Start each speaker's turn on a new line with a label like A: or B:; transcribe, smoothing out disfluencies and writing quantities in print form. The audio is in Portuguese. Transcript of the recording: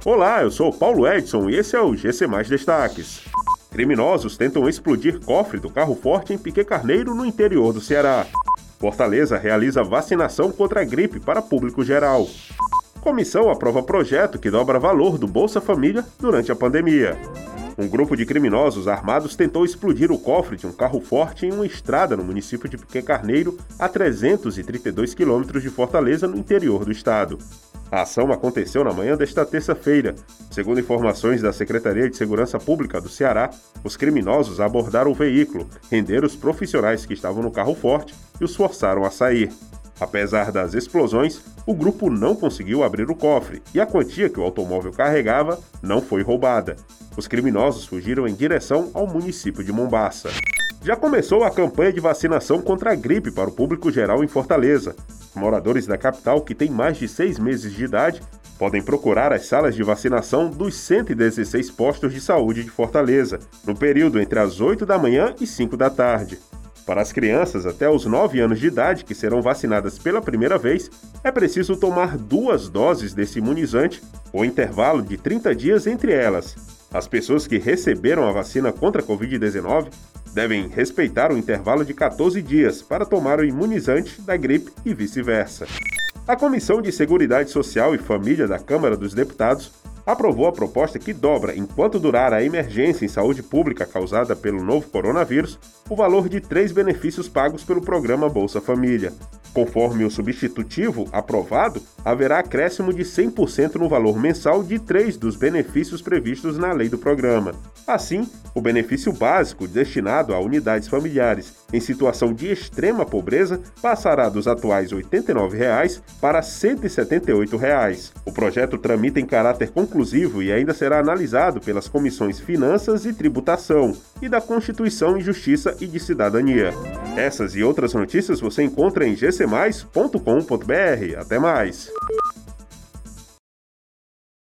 A: Olá, eu sou o Paulo Edson e esse é o GC Mais Destaques. Criminosos tentam explodir cofre do carro forte em Piquet Carneiro, no interior do Ceará. Fortaleza realiza vacinação contra a gripe para público geral. Comissão aprova projeto que dobra valor do Bolsa Família durante a pandemia. Um grupo de criminosos armados tentou explodir o cofre de um carro forte em uma estrada no município de Piquet Carneiro, a 332 quilômetros de Fortaleza, no interior do estado. A ação aconteceu na manhã desta terça-feira. Segundo informações da Secretaria de Segurança Pública do Ceará, os criminosos abordaram o veículo, renderam os profissionais que estavam no carro forte e os forçaram a sair. Apesar das explosões, o grupo não conseguiu abrir o cofre e a quantia que o automóvel carregava não foi roubada. Os criminosos fugiram em direção ao município de Mombaça. Já começou a campanha de vacinação contra a gripe para o público geral em Fortaleza. Moradores da capital que têm mais de 6 meses de idade podem procurar as salas de vacinação dos 116 postos de saúde de Fortaleza, no período entre as 8 da manhã e 5 da tarde. Para as crianças até os 9 anos de idade que serão vacinadas pela primeira vez, é preciso tomar 2 doses desse imunizante, ou intervalo de 30 dias entre elas. As pessoas que receberam a vacina contra a Covid-19 devem respeitar o intervalo de 14 dias para tomar o imunizante da gripe e vice-versa. A Comissão de Seguridade Social e Família da Câmara dos Deputados aprovou a proposta que dobra, enquanto durar a emergência em saúde pública causada pelo novo coronavírus, o valor de 3 benefícios pagos pelo programa Bolsa Família. Conforme o substitutivo aprovado, haverá acréscimo de 100% no valor mensal de 3 dos benefícios previstos na lei do programa. Assim, o benefício básico destinado a unidades familiares em situação de extrema pobreza passará dos atuais R$ 89 para R$ 178. O projeto tramita em caráter conclusivo e ainda será analisado pelas comissões Finanças e Tributação e da Constituição e Justiça e de Cidadania. Essas e outras notícias você encontra em gcmais.com.br. Até mais!